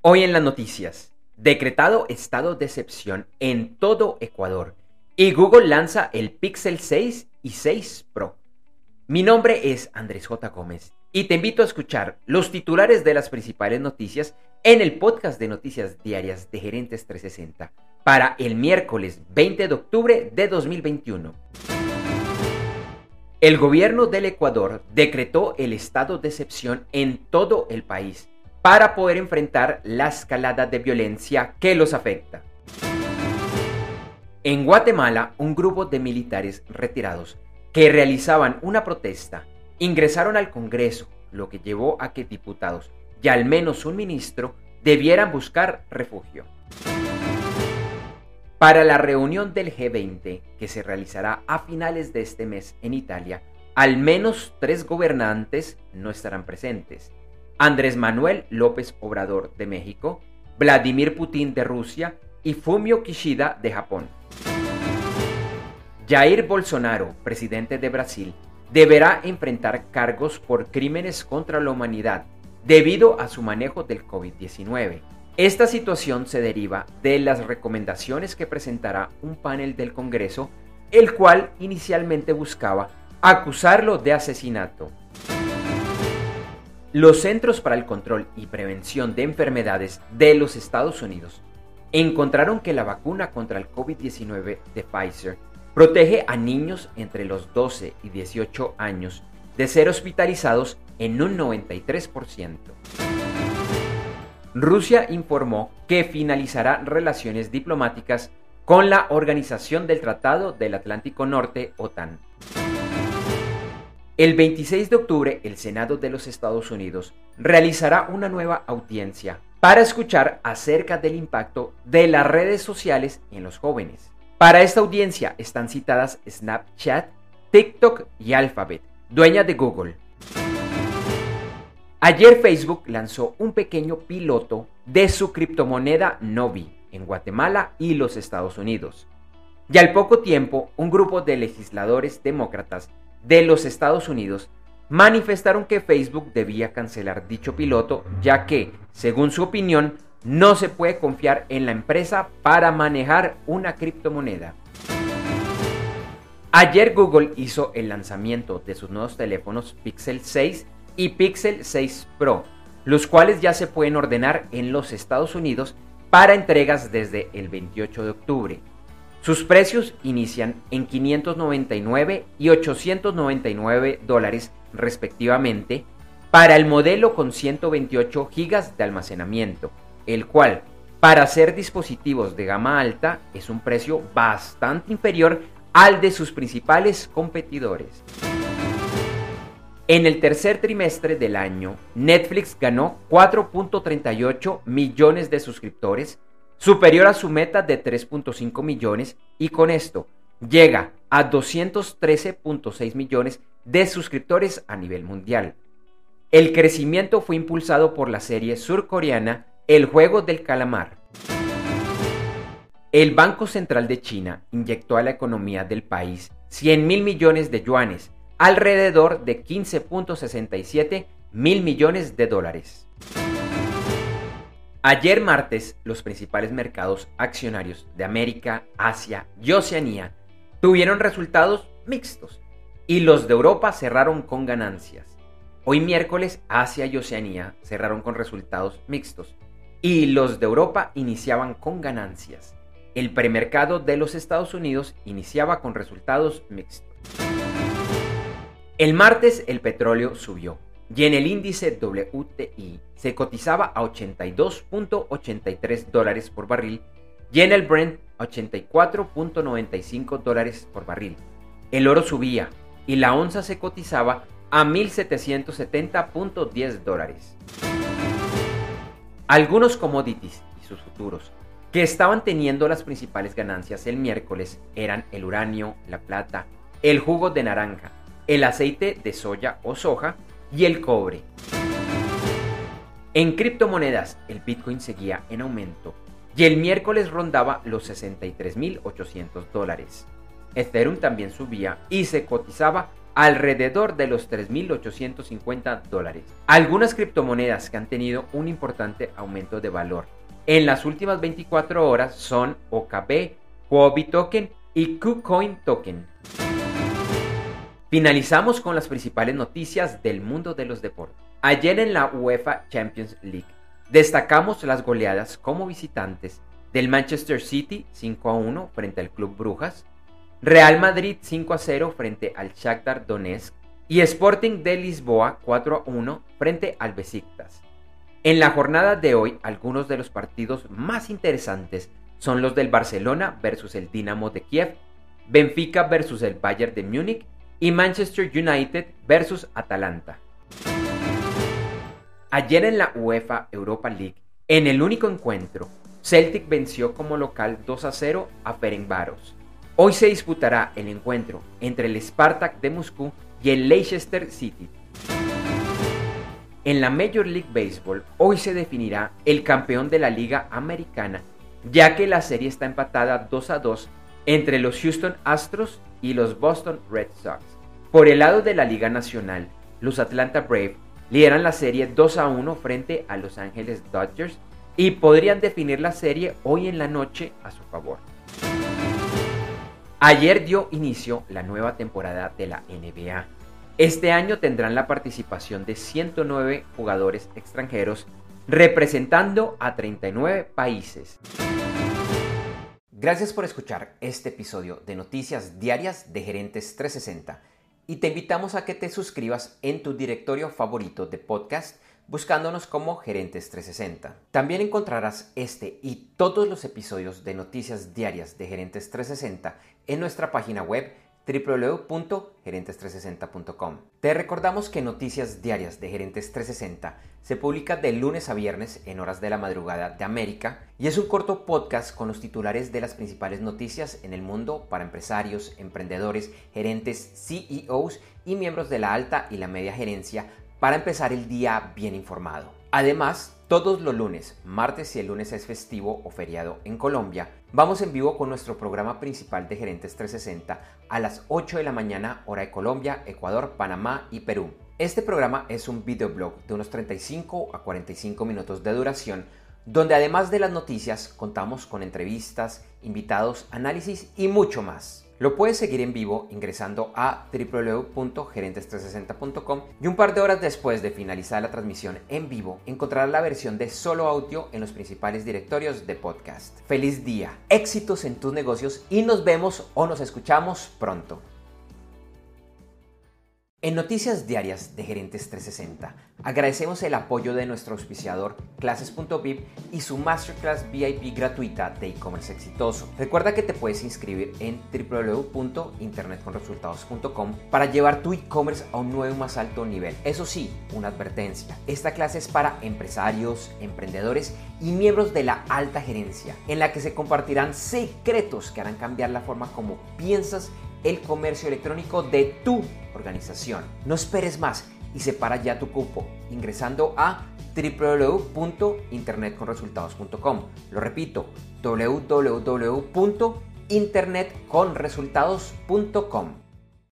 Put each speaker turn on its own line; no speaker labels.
Hoy en las noticias, decretado estado de excepción en todo Ecuador y Google lanza el Pixel 6 y 6 Pro. Mi nombre es Andrés J. Gómez y te invito a escuchar los titulares de las principales noticias en el podcast de noticias diarias de Gerentes 360 para el miércoles 20 de octubre de 2021. El gobierno del Ecuador decretó el estado de excepción en todo el país para poder enfrentar la escalada de violencia que los afecta. En Guatemala, un grupo de militares retirados que realizaban una protesta ingresaron al Congreso, lo que llevó a que diputados y al menos un ministro debieran buscar refugio. Para la reunión del G20, que se realizará a finales de este mes en Italia, al menos 3 gobernantes no estarán presentes: Andrés Manuel López Obrador de México, Vladimir Putin de Rusia y Fumio Kishida de Japón. Jair Bolsonaro, presidente de Brasil, deberá enfrentar cargos por crímenes contra la humanidad debido a su manejo del COVID-19. Esta situación se deriva de las recomendaciones que presentará un panel del Congreso, el cual inicialmente buscaba acusarlo de asesinato. Los Centros para el Control y Prevención de Enfermedades de los Estados Unidos encontraron que la vacuna contra el COVID-19 de Pfizer protege a niños entre los 12 y 18 años de ser hospitalizados en un 93%. Rusia informó que finalizará relaciones diplomáticas con la Organización del Tratado del Atlántico Norte, OTAN. El 26 de octubre, el Senado de los Estados Unidos realizará una nueva audiencia para escuchar acerca del impacto de las redes sociales en los jóvenes. Para esta audiencia están citadas Snapchat, TikTok y Alphabet, dueña de Google. Ayer Facebook lanzó un pequeño piloto de su criptomoneda Novi en Guatemala y los Estados Unidos. Y al poco tiempo, un grupo de legisladores demócratas de los Estados Unidos manifestaron que Facebook debía cancelar dicho piloto, ya que, según su opinión, no se puede confiar en la empresa para manejar una criptomoneda. Ayer Google hizo el lanzamiento de sus nuevos teléfonos Pixel 6 y Pixel 6 Pro, los cuales ya se pueden ordenar en los Estados Unidos para entregas desde el 28 de octubre. Sus precios inician en $599 y $899 respectivamente para el modelo con 128 GB de almacenamiento, el cual, para ser dispositivos de gama alta, es un precio bastante inferior al de sus principales competidores. En el tercer trimestre del año, Netflix ganó 4.38 millones de suscriptores, superior a su meta de 3.5 millones, y con esto llega a 213.6 millones de suscriptores a nivel mundial. El crecimiento fue impulsado por la serie surcoreana El Juego del Calamar. El Banco Central de China inyectó a la economía del país 100.000 millones de yuanes, alrededor de 15.67 mil millones de dólares. Ayer martes, los principales mercados accionarios de América, Asia y Oceanía tuvieron resultados mixtos y los de Europa cerraron con ganancias. Hoy miércoles, Asia y Oceanía cerraron con resultados mixtos y los de Europa iniciaban con ganancias. El premercado de los Estados Unidos iniciaba con resultados mixtos. El martes el petróleo subió y en el índice WTI se cotizaba a $82.83 por barril y en el Brent $84.95 por barril. El oro subía y la onza se cotizaba a $1.770.10. Algunos commodities y sus futuros que estaban teniendo las principales ganancias el miércoles eran el uranio, la plata, el jugo de naranja, el aceite de soya o soja y el cobre. En criptomonedas, el Bitcoin seguía en aumento y el miércoles rondaba los $63.800. Ethereum también subía y se cotizaba alrededor de los $3.850. Algunas criptomonedas que han tenido un importante aumento de valor en las últimas 24 horas son OKB, Huobi Token y KuCoin Token. Finalizamos con las principales noticias del mundo de los deportes. Ayer en la UEFA Champions League destacamos las goleadas como visitantes del Manchester City 5-1 frente al Club Brujas, Real Madrid 5-0 frente al Shakhtar Donetsk y Sporting de Lisboa 4-1 frente al Besiktas. En la jornada de hoy, algunos de los partidos más interesantes son los del Barcelona versus el Dinamo de Kiev, Benfica versus el Bayern de Múnich y Manchester United versus Atalanta. Ayer en la UEFA Europa League, en el único encuentro, Celtic venció como local 2-0 a Ferencváros. Hoy se disputará el encuentro entre el Spartak de Moscú y el Leicester City. En la Major League Baseball, hoy se definirá el campeón de la Liga Americana, ya que la serie está empatada 2-2 entre los Houston Astros y los Boston Red Sox. Por el lado de la Liga Nacional, los Atlanta Braves lideran la serie 2-1 frente a Los Ángeles Dodgers y podrían definir la serie hoy en la noche a su favor. Ayer dio inicio la nueva temporada de la NBA. Este año tendrán la participación de 109 jugadores extranjeros representando a 39 países. Gracias por escuchar este episodio de Noticias Diarias de Gerentes 360 y te invitamos a que te suscribas en tu directorio favorito de podcast buscándonos como Gerentes 360. También encontrarás este y todos los episodios de Noticias Diarias de Gerentes 360 en nuestra página web www.gerentes360.com. Te recordamos que Noticias Diarias de Gerentes 360 se publica de lunes a viernes en horas de la madrugada de América y es un corto podcast con los titulares de las principales noticias en el mundo para empresarios, emprendedores, gerentes, CEOs y miembros de la alta y la media gerencia para empezar el día bien informado. Además, todos los lunes, martes si el lunes es festivo o feriado en Colombia, vamos en vivo con nuestro programa principal de Gerentes 360 a las 8 de la mañana hora de Colombia, Ecuador, Panamá y Perú. Este programa es un videoblog de unos 35 a 45 minutos de duración, donde además de las noticias contamos con entrevistas, invitados, análisis y mucho más. Lo puedes seguir en vivo ingresando a www.gerentes360.com y un par de horas después de finalizar la transmisión en vivo encontrarás la versión de solo audio en los principales directorios de podcast. ¡Feliz día! Éxitos en tus negocios y nos vemos o nos escuchamos pronto. En Noticias Diarias de Gerentes 360 agradecemos el apoyo de nuestro auspiciador Clases.vip y su Masterclass VIP gratuita de e-commerce exitoso. Recuerda que te puedes inscribir en www.internetconresultados.com para llevar tu e-commerce a un nuevo y más alto nivel. Eso sí, una advertencia. Esta clase es para empresarios, emprendedores y miembros de la alta gerencia, en la que se compartirán secretos que harán cambiar la forma como piensas el comercio electrónico de tu organización. No esperes más y separa ya tu cupo ingresando a www.internetconresultados.com. Lo repito, www.internetconresultados.com.